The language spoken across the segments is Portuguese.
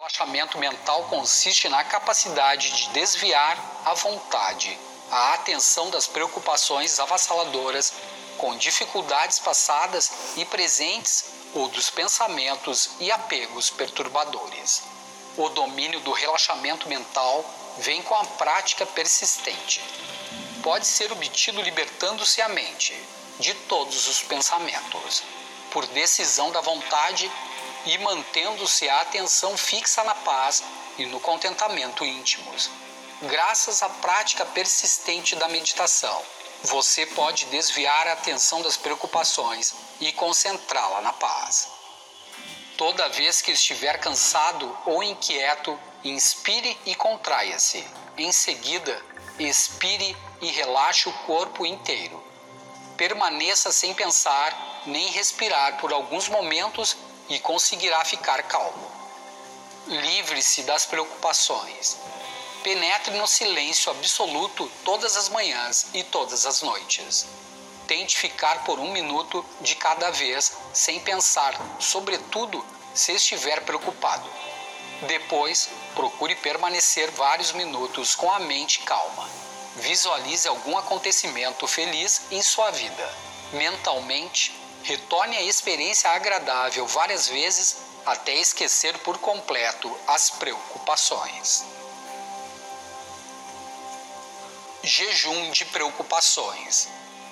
Relaxamento mental consiste na capacidade de desviar a vontade, a atenção das preocupações avassaladoras com dificuldades passadas e presentes ou dos pensamentos e apegos perturbadores. O domínio do relaxamento mental vem com a prática persistente. Pode ser obtido libertando-se a mente de todos os pensamentos, por decisão da vontade e mantendo-se a atenção fixa na paz e no contentamento íntimos. Graças à prática persistente da meditação, você pode desviar a atenção das preocupações e concentrá-la na paz. Toda vez que estiver cansado ou inquieto, inspire e contraia-se. Em seguida, expire e relaxe o corpo inteiro. Permaneça sem pensar nem respirar por alguns momentos e conseguirá ficar calmo. Livre-se das preocupações. Penetre no silêncio absoluto todas as manhãs e todas as noites. Tente ficar por 1 minuto de cada vez sem pensar, sobretudo se estiver preocupado. Depois, procure permanecer vários minutos com a mente calma. Visualize algum acontecimento feliz em sua vida. Mentalmente, retorne à experiência agradável várias vezes até esquecer por completo as preocupações. Jejum de preocupações.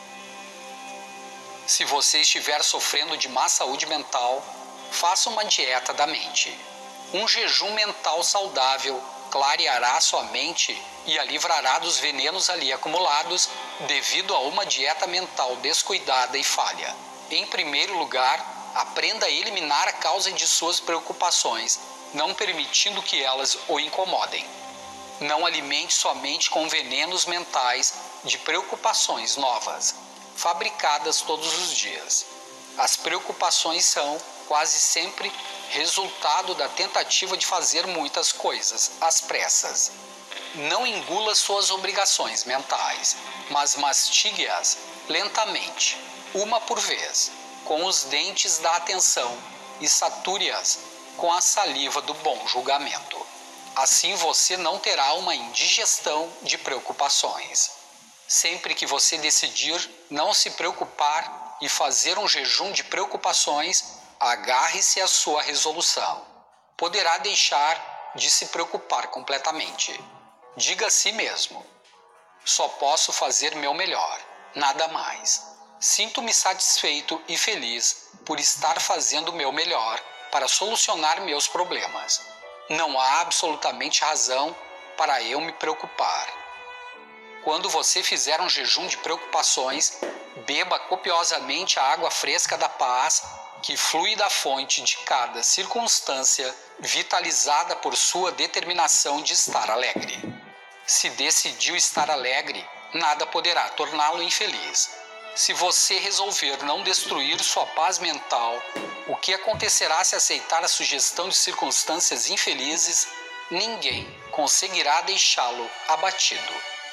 Se você estiver sofrendo de má saúde mental, faça uma dieta da mente. Um jejum mental saudável clareará sua mente e a livrará dos venenos ali acumulados devido a uma dieta mental descuidada e falha. Em primeiro lugar, aprenda a eliminar a causa de suas preocupações, não permitindo que elas o incomodem. Não alimente sua mente com venenos mentais de preocupações novas, fabricadas todos os dias. As preocupações são, quase sempre, resultado da tentativa de fazer muitas coisas às pressas. Não engula suas obrigações mentais, mas mastigue-as lentamente, uma por vez, com os dentes da atenção e sature-as com a saliva do bom julgamento. Assim você não terá uma indigestão de preocupações. Sempre que você decidir não se preocupar e fazer um jejum de preocupações, agarre-se à sua resolução. Poderá deixar de se preocupar completamente. Diga a si mesmo: só posso fazer meu melhor, nada mais. Sinto-me satisfeito e feliz por estar fazendo o meu melhor para solucionar meus problemas. Não há absolutamente razão para eu me preocupar. Quando você fizer um jejum de preocupações, beba copiosamente a água fresca da paz que flui da fonte de cada circunstância, vitalizada por sua determinação de estar alegre. Se decidiu estar alegre, nada poderá torná-lo infeliz. Se você resolver não destruir sua paz mental, o que acontecerá se aceitar a sugestão de circunstâncias infelizes? Ninguém conseguirá deixá-lo abatido.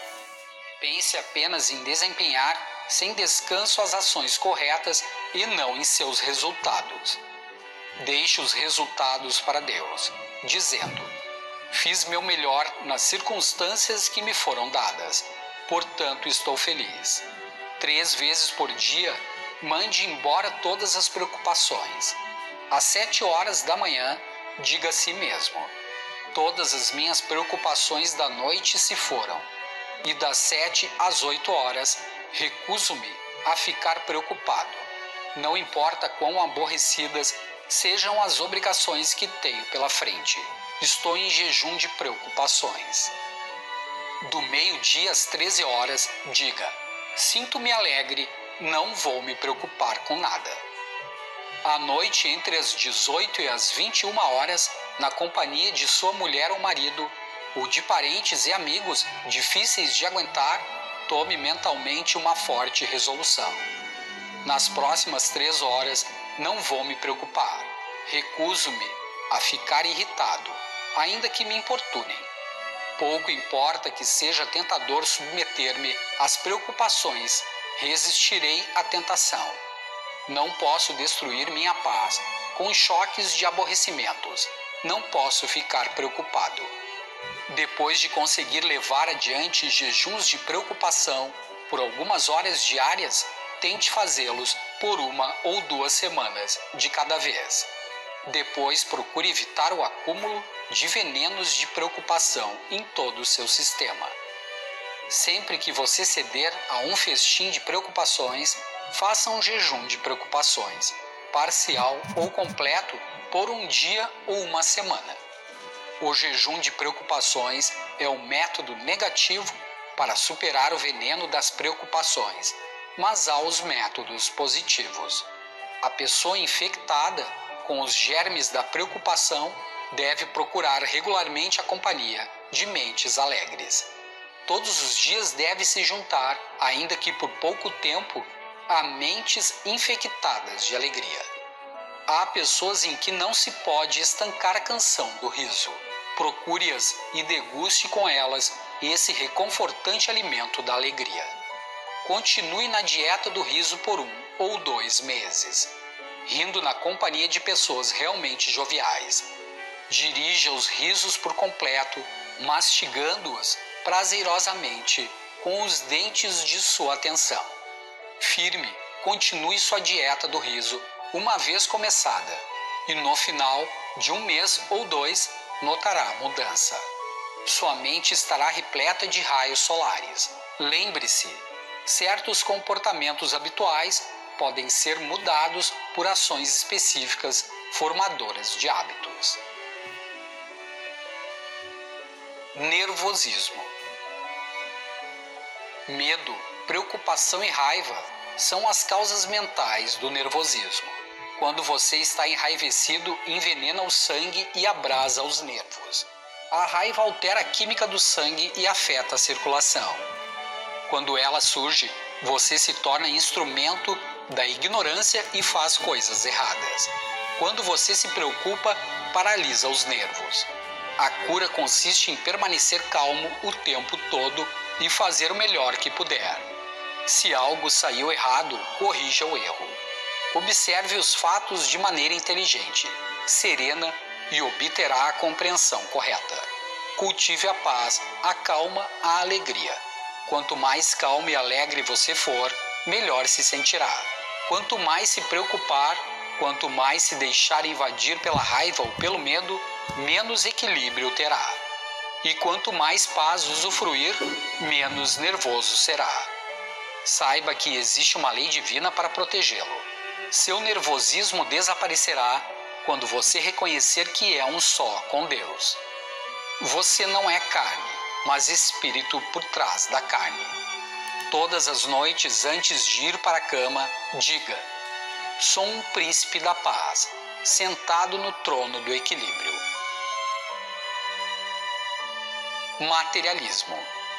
Pense apenas em desempenhar sem descanso as ações corretas e não em seus resultados. Deixe os resultados para Deus, dizendo: fiz meu melhor nas circunstâncias que me foram dadas, portanto estou feliz. 3 vezes por dia, mande embora todas as preocupações. Às 7 horas da manhã, diga a si mesmo: todas as minhas preocupações da noite se foram. E das 7 às 8 horas, recuso-me a ficar preocupado. Não importa quão aborrecidas sejam as obrigações que tenho pela frente. Estou em jejum de preocupações. Do meio-dia às 13 horas, diga: sinto-me alegre, não vou me preocupar com nada. À noite, entre as 18 e as 21 horas, na companhia de sua mulher ou marido, ou de parentes e amigos difíceis de aguentar, tome mentalmente uma forte resolução. Nas próximas 3 horas, não vou me preocupar. Recuso-me a ficar irritado, ainda que me importunem. Pouco importa que seja tentador submeter-me às preocupações, resistirei à tentação. Não posso destruir minha paz com choques de aborrecimentos. não posso ficar preocupado. Depois de conseguir levar adiante jejuns de preocupação por algumas horas diárias, tente fazê-los por 1 ou 2 semanas de cada vez. Depois, procure evitar o acúmulo de venenos de preocupação em todo o seu sistema. Sempre que você ceder a um festim de preocupações, faça um jejum de preocupações, parcial ou completo, por um dia ou uma semana. O jejum de preocupações é um método negativo para superar o veneno das preocupações, mas há os métodos positivos. A pessoa infectada com os germes da preocupação deve procurar regularmente a companhia de mentes alegres. Todos os dias deve se juntar, ainda que por pouco tempo, a mentes infectadas de alegria. Há pessoas em que não se pode estancar a canção do riso. Procure-as e deguste com elas esse reconfortante alimento da alegria. Continue na dieta do riso por 1 ou 2 meses, rindo na companhia de pessoas realmente joviais. Dirija os risos por completo, mastigando-os prazerosamente com os dentes de sua atenção. Firme, continue sua dieta do riso uma vez começada, e no final de 1 mês ou 2 notará a mudança. Sua mente estará repleta de raios solares. Lembre-se, certos comportamentos habituais podem ser mudados por ações específicas formadoras de hábitos. Nervosismo. Medo, preocupação e raiva são as causas mentais do nervosismo. Quando você está enraivecido, envenena o sangue e abrasa os nervos. A raiva altera a química do sangue e afeta a circulação. Quando ela surge, você se torna instrumento da ignorância e faz coisas erradas. Quando você se preocupa, paralisa os nervos. A cura consiste em permanecer calmo o tempo todo e fazer o melhor que puder. Se algo saiu errado, corrija o erro. Observe os fatos de maneira inteligente, serena e obterá a compreensão correta. Cultive a paz, a calma, a alegria. Quanto mais calmo e alegre você for, melhor se sentirá. Quanto mais se preocupar, quanto mais se deixar invadir pela raiva ou pelo medo, menos equilíbrio terá. E quanto mais paz usufruir, menos nervoso será. Saiba que existe uma lei divina para protegê-lo. Seu nervosismo desaparecerá quando você reconhecer que é um só com Deus. Você não é carne, mas espírito por trás da carne. Todas as noites antes de ir para a cama, diga: sou um príncipe da paz, sentado no trono do equilíbrio. Materialismo.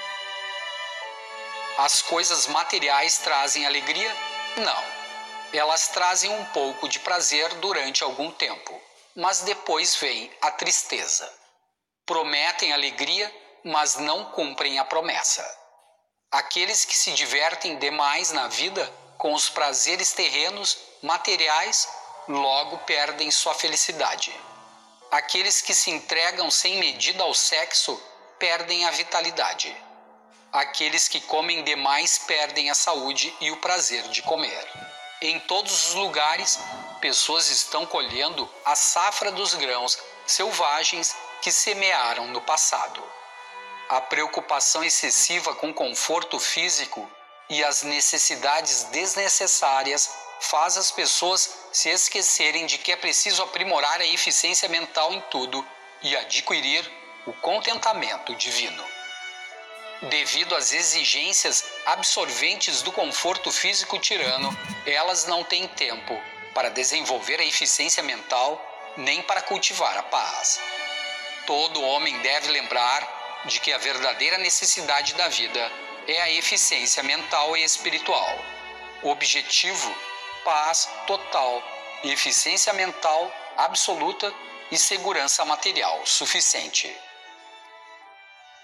As coisas materiais trazem alegria? Não. Elas trazem um pouco de prazer durante algum tempo, mas depois vem a tristeza. Prometem alegria, mas não cumprem a promessa. Aqueles que se divertem demais na vida com os prazeres terrenos, materiais, logo perdem sua felicidade. Aqueles que se entregam sem medida ao sexo perdem a vitalidade. Aqueles que comem demais perdem a saúde e o prazer de comer. Em todos os lugares, pessoas estão colhendo a safra dos grãos selvagens que semearam no passado. A preocupação excessiva com o conforto físico e as necessidades desnecessárias faz as pessoas se esquecerem de que é preciso aprimorar a eficiência mental em tudo e adquirir o contentamento divino. Devido às exigências absorventes do conforto físico tirano, elas não têm tempo para desenvolver a eficiência mental nem para cultivar a paz. Todo homem deve lembrar de que a verdadeira necessidade da vida é a eficiência mental e espiritual. Objetivo: paz total, eficiência mental absoluta e segurança material suficiente.